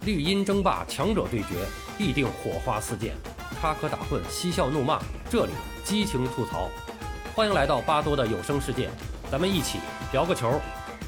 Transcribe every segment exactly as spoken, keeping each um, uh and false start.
绿茵争霸，强者对决，必定火花四溅，插科打诨，嬉笑怒骂，这里激情吐槽。欢迎来到巴多的有声世界，咱们一起聊个球。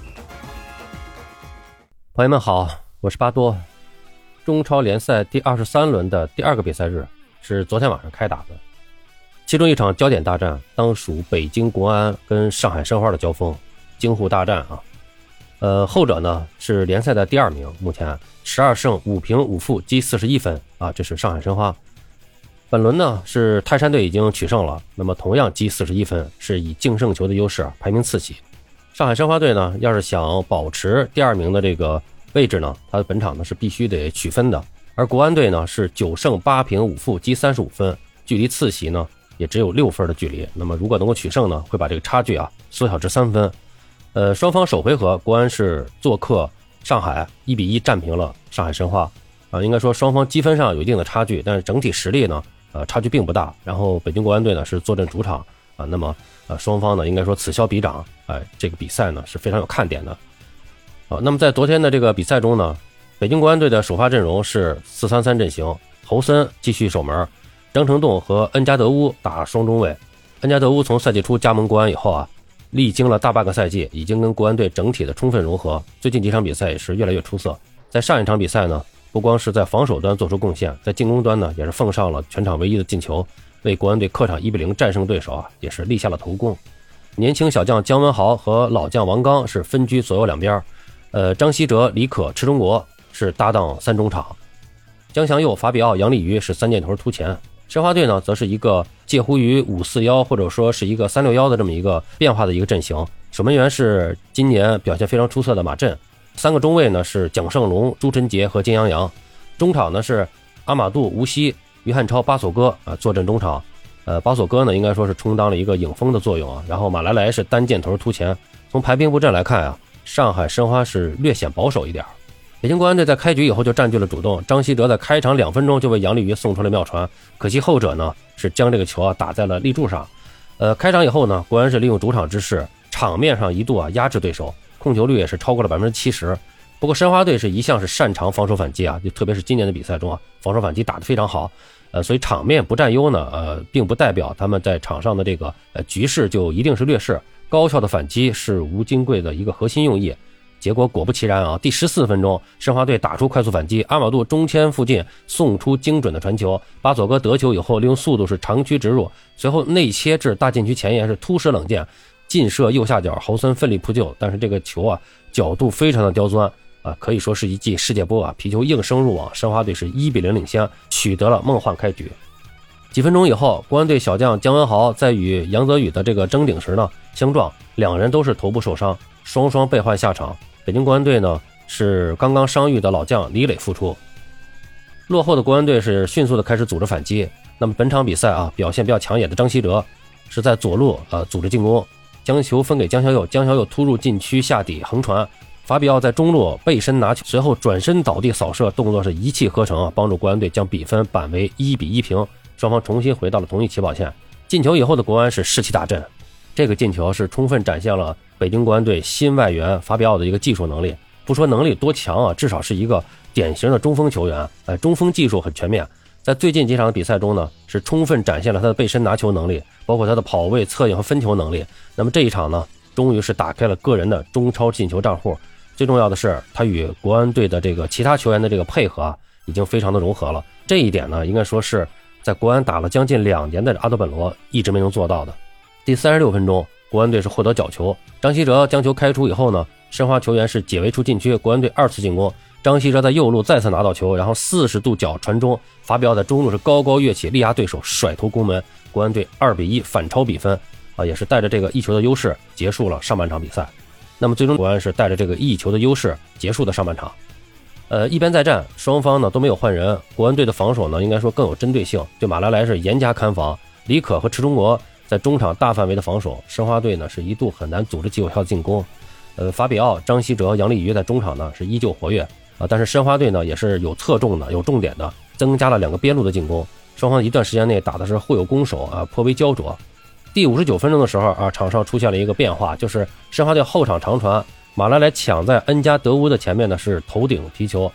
朋友们好，我是巴多。中超联赛第二十三轮的第二个比赛日是昨天晚上开打的，其中一场焦点大战当属北京国安跟上海申花的交锋，京沪大战啊。呃，后者呢是联赛的第二名，目前十二胜五平五负，积四十一分啊，这是上海申花。本轮呢是泰山队已经取胜了，那么同样积四十一分，是以净胜球的优势排名次席。上海申花队呢要是想保持第二名的这个位置呢，他本场呢是必须得取分的。而国安队呢是九胜八平五负，积三十五分，距离次席呢也只有六分的距离。那么如果能够取胜呢，会把这个差距啊缩小至三分。呃，双方首回合国安是做客上海一比一战平了上海申花啊，应该说双方积分上有一定的差距，但是整体实力呢呃差距并不大。然后北京国安队呢是坐镇主场啊，那么呃双方呢应该说此消彼长，哎、呃，这个比赛呢是非常有看点的。啊，那么在昨天的这个比赛中呢，北京国安队的首发阵容是四三三阵型，侯森继续守门，张成栋和恩加德乌打双中卫。恩加德乌从赛季初加盟国安以后啊，历经了大半个赛季，已经跟国安队整体的充分融合，最近几场比赛也是越来越出色。在上一场比赛呢，不光是在防守端做出贡献，在进攻端呢也是奉上了全场唯一的进球，为国安队客场一比零战胜对手啊，也是立下了头功。年轻小将姜文豪和老将王刚是分居左右两边，呃，张稀哲、李可、池中国是搭档三中场，江祥佑、法比奥、杨立瑜是三箭头突前。申花队呢则是一个介乎于五四一或者说是一个三六一的这么一个变化的一个阵型。守门员是今年表现非常出色的马震，三个中卫呢是蒋胜龙、朱晨杰和金阳洋，中场呢是阿马杜、吴曦、于汉超、巴索戈啊坐镇中场。呃，巴索戈呢应该说是充当了一个影锋的作用啊，然后马莱莱是单箭头突前。从排兵布阵来看啊，上海申花是略显保守一点。北京国安队在开局以后就占据了主动，张稀哲在开场两分钟就为杨立瑜送出了妙传，可惜后者呢是将这个球啊打在了立柱上。呃，开场以后呢，国安是利用主场之势，场面上一度啊压制对手，控球率也是超过了 百分之七十。不过申花队是一向是擅长防守反击啊，就特别是今年的比赛中啊，防守反击打得非常好。呃，所以场面不占优呢，呃，并不代表他们在场上的这个呃局势就一定是劣势。高效的反击是吴金贵的一个核心用意。结果果不其然啊，第十四分钟，申花队打出快速反击，阿马杜中圈附近送出精准的传球，巴索戈得球以后利用速度是长驱直入，随后内切至大禁区前沿是突施冷箭，劲射右下角，侯森奋力扑救，但是这个球啊角度非常的刁钻啊，可以说是一记世界波啊，皮球应声入网，申花队是一比零领先，取得了梦幻开局。几分钟以后，国安队小将姜文豪在与杨泽宇的这个争顶时呢相撞，两人都是头部受伤，双双被换下场。北京国安队呢是刚刚伤愈的老将李磊复出，落后的国安队是迅速的开始组织反击。那么本场比赛啊，表现比较抢眼的张稀哲是在左路呃组织进攻，将球分给江小佑，江小佑突入禁区下底横传，法比奥在中路背身拿球，随后转身倒地扫射，动作是一气呵成啊，帮助国安队将比分扳为一比一平，双方重新回到了同一起跑线。进球以后的国安是士气大振，这个进球是充分展现了北京国安队新外援法比奥的一个技术能力，不说能力多强啊，至少是一个典型的中锋球员，呃，中锋技术很全面。在最近几场的比赛中呢，是充分展现了他的背身拿球能力，包括他的跑位、策应和分球能力。那么这一场呢，终于是打开了个人的中超进球账户。最重要的是，他与国安队的这个其他球员的这个配合啊，已经非常的融合了。这一点呢，应该说是在国安打了将近两年的阿德本罗一直没能做到的。第三十六分钟，国安队是获得角球，张稀哲将球开出以后呢，申花球员是解围出禁区，国安队二次进攻，张稀哲在右路再次拿到球，然后四十度角传中，法比奥在中路是高高跃起，力压对手，甩头攻门，国安队二比一反超比分啊，也是带着这个一球的优势结束了上半场比赛。那么最终国安是带着这个一球的优势结束的上半场。呃，一边再战，双方呢都没有换人，国安队的防守呢应该说更有针对性，对马莱莱是严加看防，李可和池中国在中场大范围的防守，申花队呢是一度很难组织起有效进攻。呃，法比奥、张稀哲、杨立瑜在中场呢是依旧活跃啊，但是申花队呢也是有侧重的、有重点的，增加了两个边路的进攻。双方一段时间内打的是互有攻守啊，颇为焦灼。第五十九分钟的时候啊，场上出现了一个变化，就是申花队后场长传，马莱莱抢在恩加德乌的前面呢是头顶皮球，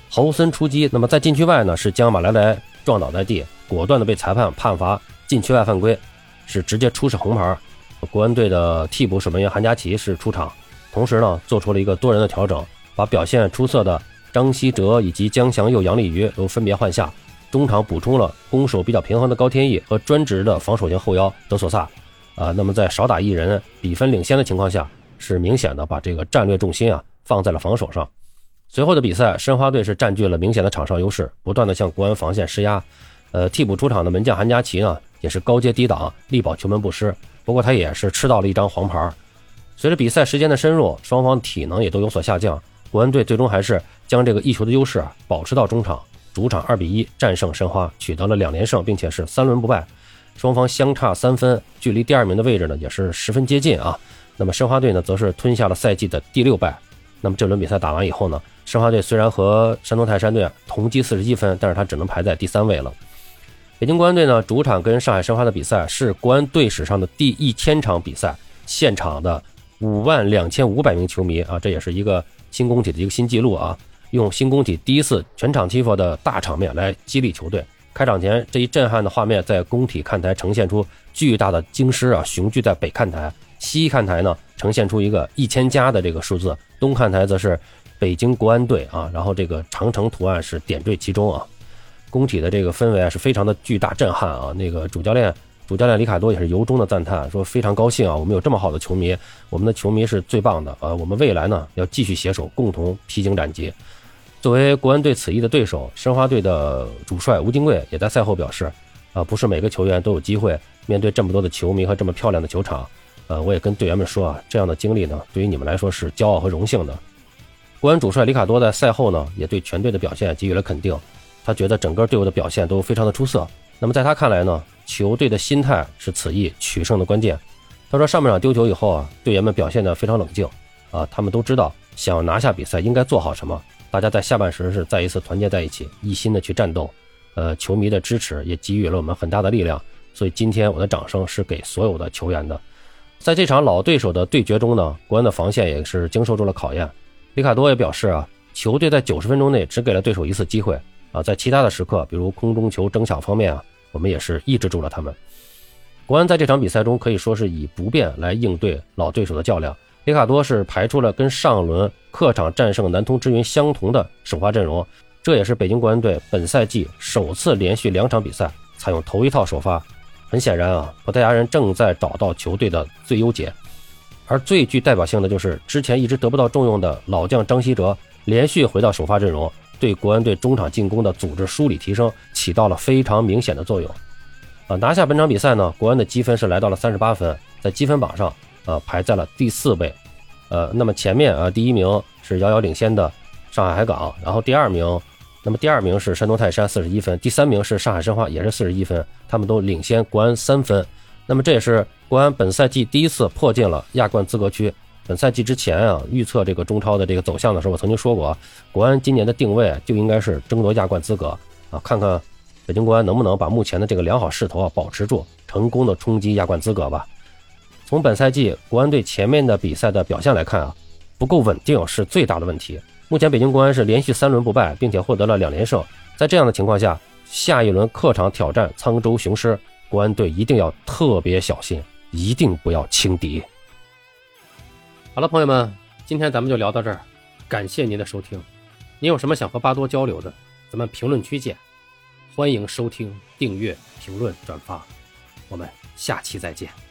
侯森出击，那么在禁区外呢是将马莱莱撞倒在地，果断的被裁判判罚禁区外犯规，是直接出示红牌。国安队的替补守门员韩佳琪是出场，同时呢做出了一个多人的调整，把表现出色的张稀哲以及江祥佑、杨立瑜都分别换下，中场补充了攻守比较平衡的高天意和专职的防守型后腰德索萨。啊，那么在少打一人比分领先的情况下，是明显的把这个战略重心啊放在了防守上。随后的比赛，申花队是占据了明显的场上优势，不断的向国安防线施压。呃，替补出场的门将韩佳琪呢，也是高接低挡，力保球门不失。不过他也是吃到了一张黄牌。随着比赛时间的深入，双方体能也都有所下降，国安队最终还是将这个一球的优势啊保持到中场，主场二比一战胜申花，取得了两连胜，并且是三轮不败。双方相差三分，距离第二名的位置呢也是十分接近啊。那么申花队呢，则是吞下了赛季的第六败。那么这轮比赛打完以后呢，申花队虽然和山东泰山队同积四十一分，但是他只能排在第三位了。北京国安队呢，主场跟上海申花的比赛是国安队史上的第一千场比赛，现场的五万两千五百名球迷啊，这也是一个新工体的一个新纪录啊，用新工体第一次全场tifo的大场面来激励球队。开场前这一震撼的画面在工体看台呈现出巨大的京师啊，雄踞在北看台，西看台呢呈现出一个一千加的这个数字，东看台则是北京国安队啊，然后这个长城图案是点缀其中啊。工体的这个氛围啊是非常的巨大震撼啊，那个主教练主教练里卡多也是由衷的赞叹，说非常高兴啊，我们有这么好的球迷，我们的球迷是最棒的啊，我们未来呢要继续携手共同披荆斩棘。作为国安队此役的对手，申花队的主帅吴金贵也在赛后表示，啊，不是每个球员都有机会面对这么多的球迷和这么漂亮的球场，呃，我也跟队员们说啊，这样的经历呢，对于你们来说是骄傲和荣幸的。国安主帅里卡多在赛后呢，也对全队的表现给予了肯定，他觉得整个队伍的表现都非常的出色。那么在他看来呢，球队的心态是此役取胜的关键。他说上半场丢球以后啊，队员们表现得非常冷静啊，他们都知道想要拿下比赛应该做好什么。大家在下半时是再一次团结在一起，一心的去战斗。呃，球迷的支持也给予了我们很大的力量，所以今天我的掌声是给所有的球员的。在这场老对手的对决中呢，国安的防线也是经受住了考验。里卡多也表示啊，球队在九十分钟内只给了对手一次机会啊，在其他的时刻，比如空中球争抢方面啊，我们也是抑制住了他们。国安在这场比赛中可以说是以不变来应对老对手的较量。里卡多是排出了跟上轮客场战胜南通之云相同的首发阵容，这也是北京国安队本赛季首次连续两场比赛采用头一套首发。很显然啊，葡萄牙人正在找到球队的最优解，而最具代表性的就是之前一直得不到重用的老将张稀哲连续回到首发阵容，对国安队中场进攻的组织梳理提升起到了非常明显的作用。啊，拿下本场比赛呢，国安的积分是来到了三十八分，在积分榜上呃排在了第四位。呃，那么前面啊，第一名是遥遥领先的上海海港，然后第二名，那么第二名是山东泰山四十一分，第三名是上海申花也是四十一分，他们都领先国安三分。那么这也是国安本赛季第一次迫近了亚冠资格区。本赛季之前啊，预测这个中超的这个走向的时候，我曾经说过，国安今年的定位就应该是争夺亚冠资格啊，看看北京国安能不能把目前的这个良好势头啊保持住，成功的冲击亚冠资格吧。从本赛季国安队前面的比赛的表现来看啊，不够稳定是最大的问题。目前北京国安是连续三轮不败，并且获得了两连胜。在这样的情况下，下一轮客场挑战沧州雄狮，国安队一定要特别小心，一定不要轻敌。好了，朋友们，今天咱们就聊到这儿，感谢您的收听。您有什么想和巴多交流的，咱们评论区见。欢迎收听、订阅、评论、转发，我们下期再见。